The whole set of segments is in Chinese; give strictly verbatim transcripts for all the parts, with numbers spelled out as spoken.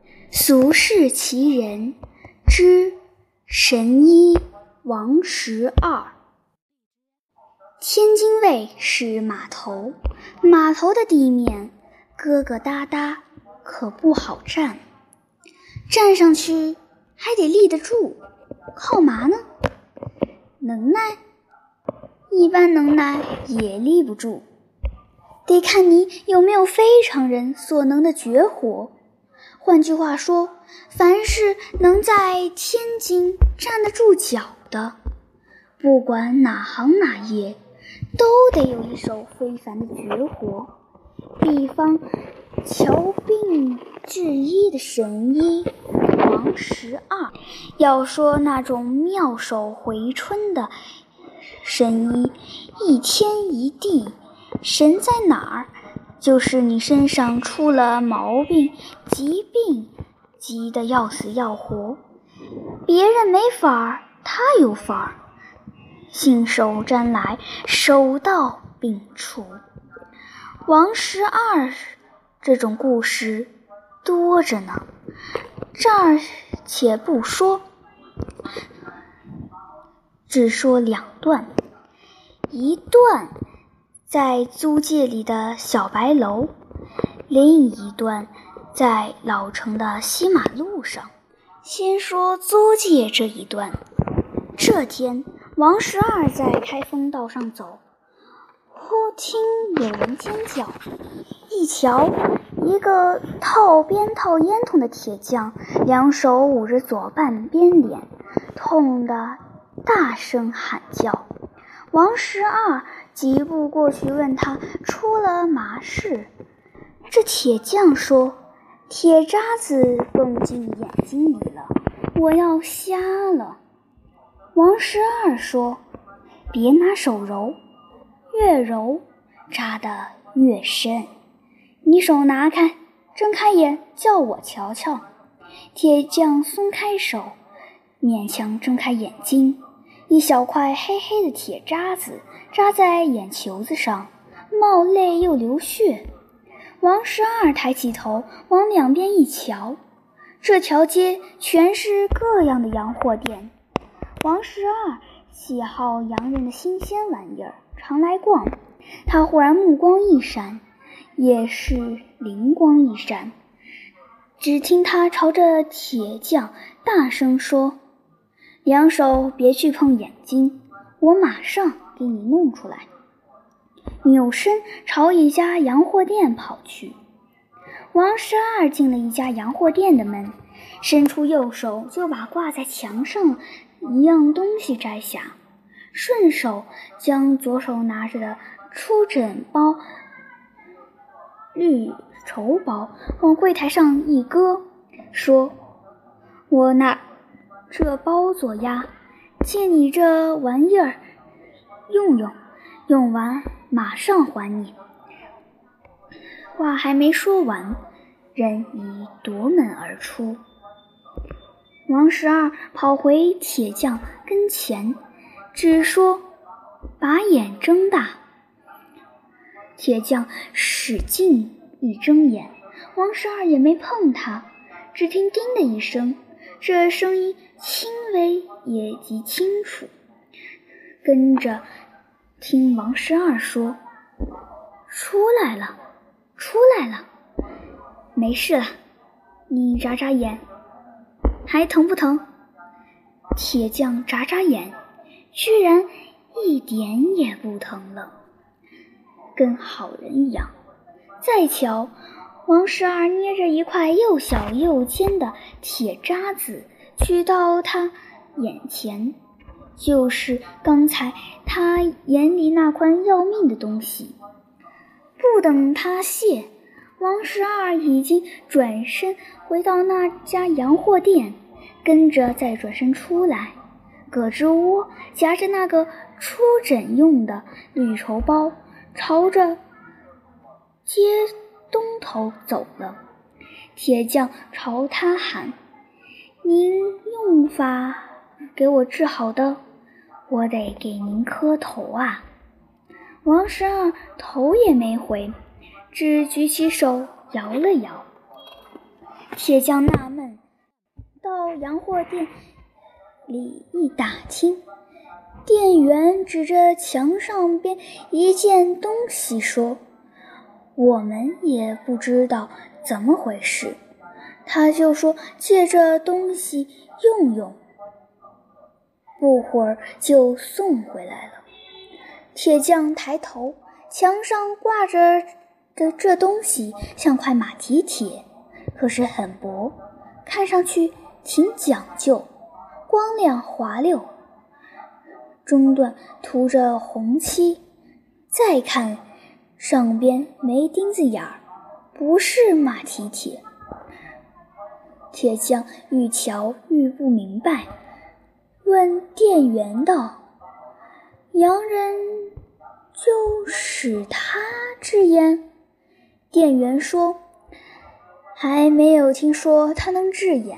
俗世奇人之神医王十二。天津卫是码头，码头的地面疙疙瘩瘩，可不好站，站上去还得立得住，靠嘛呢？能耐？一般能耐也立不住，得看你有没有非常人所能的绝活。换句话说，凡是能在天津站得住脚的，不管哪行哪业，都得有一手非凡的绝活。比方瞧病治医的神医王十二，要说那种妙手回春的神医，一天一地，神在哪儿？就是你身上出了毛病、疾病，急得要死要活，别人没法，他有法，信手拈来，手到病除。王十二这种故事多着呢，这儿且不说，只说两段。一段在租界里的小白楼，另一段在老城的西马路上。先说租界这一段。这天，王十二在开封道上走，忽听有人尖叫，一瞧，一个套鞭套烟筒的铁匠，两手捂着左半边脸，痛得大声喊叫。王十二急步过去问他出了嘛事。这铁匠说，铁渣子蹦进眼睛里了，我要瞎了。王十二说，别拿手揉，越揉扎得越深，你手拿开，睁开眼叫我瞧瞧。铁匠松开手，勉强睁开眼睛，一小块黑黑的铁渣子扎在眼球子上，冒泪又流血。王十二抬起头往两边一瞧，这条街全是各样的洋货店。王十二喜好洋人的新鲜玩意儿，常来逛。他忽然目光一闪，也是灵光一闪，只听他朝着铁匠大声说，两手别去碰眼睛，我马上给你弄出来。扭身朝一家洋货店跑去。王十二进了一家洋货店的门，伸出右手就把挂在墙上一样东西摘下，顺手将左手拿着的出诊包绿绸包往柜台上一搁，说，我拿这包做押，借你这玩意儿用用，用完马上还你。话还没说完，人已夺门而出。王十二跑回铁匠跟前，只说把眼睁大。铁匠使劲一睁眼，王十二也没碰他，只听叮的一声，这声音轻微也极清楚。跟着听王十二说，出来了，出来了，没事了，你眨眨眼，还疼不疼？铁匠眨眨眼，居然一点也不疼了，跟好人一样。再瞧，王十二捏着一块又小又尖的铁渣子举到他眼前，就是刚才他眼里那块要命的东西。不等他谢，王十二已经转身回到那家洋货店，跟着再转身出来，胳肢窝夹着那个出诊用的绿绸包，朝着街东头走了。铁匠朝他喊，您用法给我治好的，我得给您磕头啊。王十二头也没回，只举起手摇了摇。 铁匠纳闷，到洋货店里一打听，店员指着墙上边一件东西说：“我们也不知道怎么回事。”他就说借这东西用用，不会儿就送回来了。铁匠抬头，墙上挂着的这东西像块马蹄铁，可是很薄，看上去挺讲究，光亮滑溜，中段涂着红漆，再看上边没钉子眼儿，不是马蹄铁。铁匠愈瞧愈不明白，问店员道：“洋人就使他制眼？”店员说：“还没有听说他能制眼。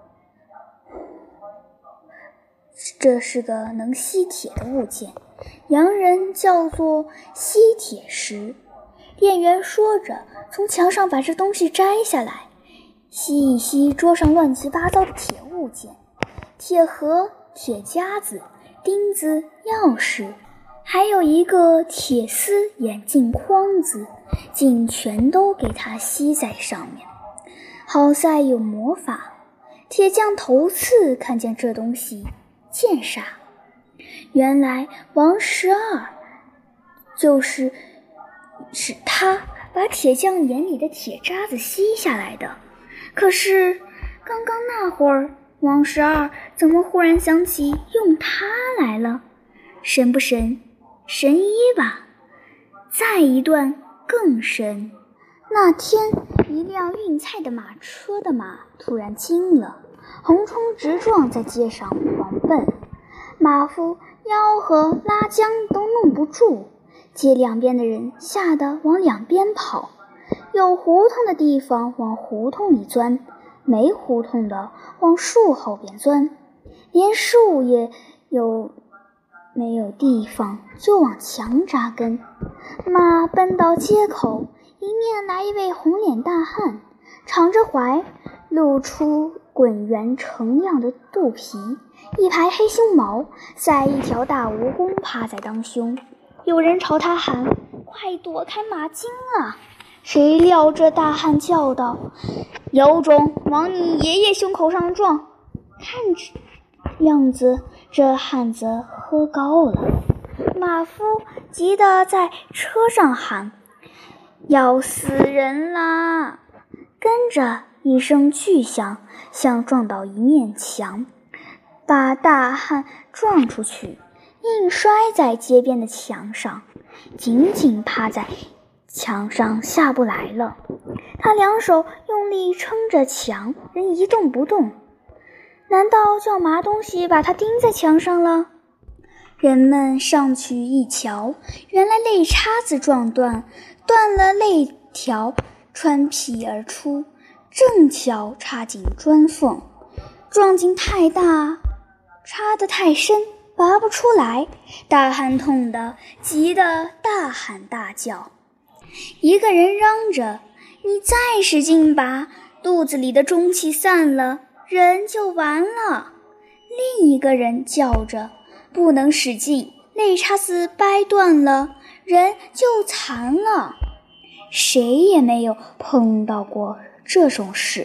这是个能吸铁的物件，洋人叫做吸铁石。”店员说着，从墙上把这东西摘下来，吸一吸桌上乱七八糟的铁物件，铁盒、铁夹子、钉子、钥匙，还有一个铁丝眼镜框子，竟全都给它吸在上面。好在有魔法，铁匠头次看见这东西，见傻。原来王十二就是使他把铁匠眼里的铁渣子吸下来的。可是刚刚那会儿，王十二怎么忽然想起用它来了？神不神？神医吧。再一段更神。那天，一辆运菜的马车的马突然惊了，横冲直撞在街上狂奔，马夫吆喝拉缰都弄不住，街两边的人吓得往两边跑，有胡同的地方往胡同里钻，没胡同的往树后边钻，连树也有没有地方就往墙扎根。马奔到街口，迎面来一位红脸大汉，敞着怀，露出滚圆澄亮的肚皮，一排黑胸毛，赛一条大蜈蚣趴在当胸。有人朝他喊：“快躲开马精啊！”谁料这大汉叫道：“有种往你爷爷胸口上撞！”看这样子，这汉子喝高了。马夫急得在车上喊：“要死人啦！”跟着一声巨响，像撞到一面墙，把大汉撞出去，硬摔在街边的墙上，紧紧趴在墙上下不来了。他两手用力撑着墙，人一动不动。难道叫麻东西把他钉在墙上了？人们上去一瞧，原来肋叉子撞断，断了肋条，穿皮而出，正巧插进砖缝，撞进太大，插得太深，拔不出来。大汉痛得急得大喊大叫。一个人嚷着：“你再使劲拔，肚子里的中气散了，人就完了。”另一个人叫着：“不能使劲，肋叉子掰断了，人就残了。”谁也没有碰到过这种事，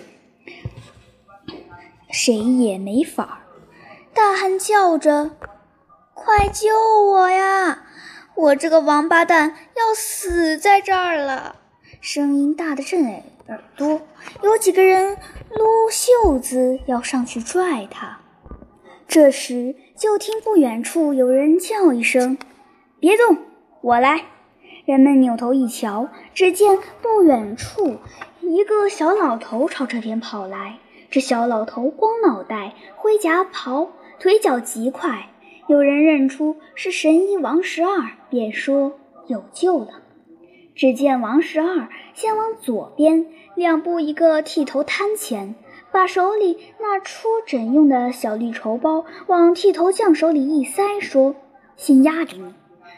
谁也没法。大汉叫着：“快救我呀！我这个王八蛋要死在这儿了！”声音大得震耳朵，有几个人撸袖子要上去拽他。这时就听不远处有人叫一声：“别动，我来！”人们扭头一瞧，只见不远处一个小老头朝这边跑来。这小老头光脑袋，灰夹袍，腿脚极快，有人认出是神医王十二，便说有救了。只见王十二先往左边两步一个剃头摊前，把手里那出诊用的小绿绸包往剃头匠手里一塞，说：“先压给你。”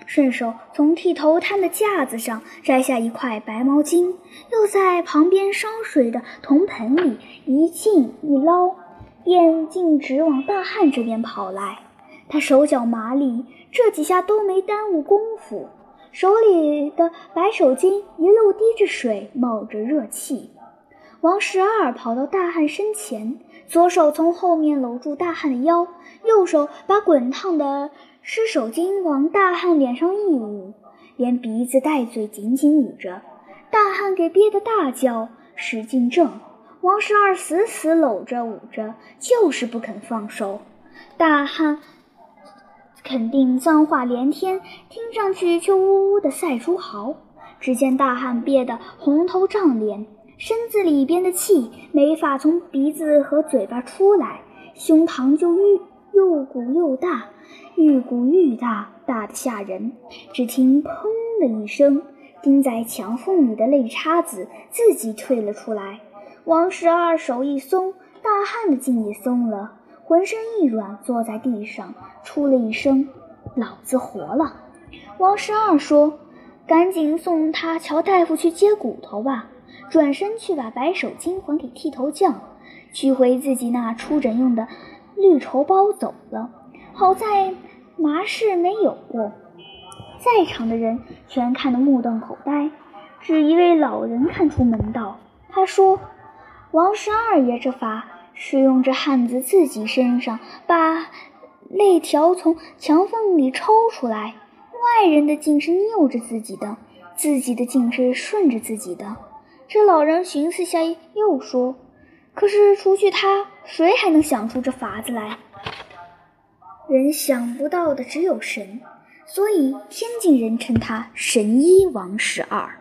顺手从剃头摊的架子上摘下一块白毛巾，又在旁边烧水的铜盆里一浸一捞，便径直往大汉这边跑来。他手脚麻利，这几下都没耽误功夫，手里的白手巾一路滴着水，冒着热气。王十二跑到大汉身前，左手从后面搂住大汉的腰，右手把滚烫的湿手巾往大汉脸上一捂，连鼻子带嘴紧紧捂着。大汉给憋得大叫，使劲挣，王十二死死搂着捂着，就是不肯放手。大汉肯定脏话连天，听上去却呜呜的赛猪嚎。只见大汉憋得红头胀脸，身子里边的气没法从鼻子和嘴巴出来，胸膛就愈又鼓又大，愈鼓愈大，大得吓人。只听砰的一声，钉在墙缝里的肋叉子自己退了出来。王十二手一松，大汉的劲也松了，浑身一软，坐在地上，出了一声：“老子活了。”王十二说：“赶紧送他乔大夫去接骨头吧。”转身去把白手巾还给剃头匠，取回自己那出诊用的绿绸包走了。好在麻事没有过，在场的人全看得目瞪口呆，只一位老人看出门道。他说：“王十二爷这法是用这汉子自己身上把肋条从墙缝里抽出来，外人的劲是拗着自己的，自己的劲是顺着自己的。”这老人寻思下，又说：“可是除去他，谁还能想出这法子来？人想不到的只有神，所以天津人称他神医王十二。”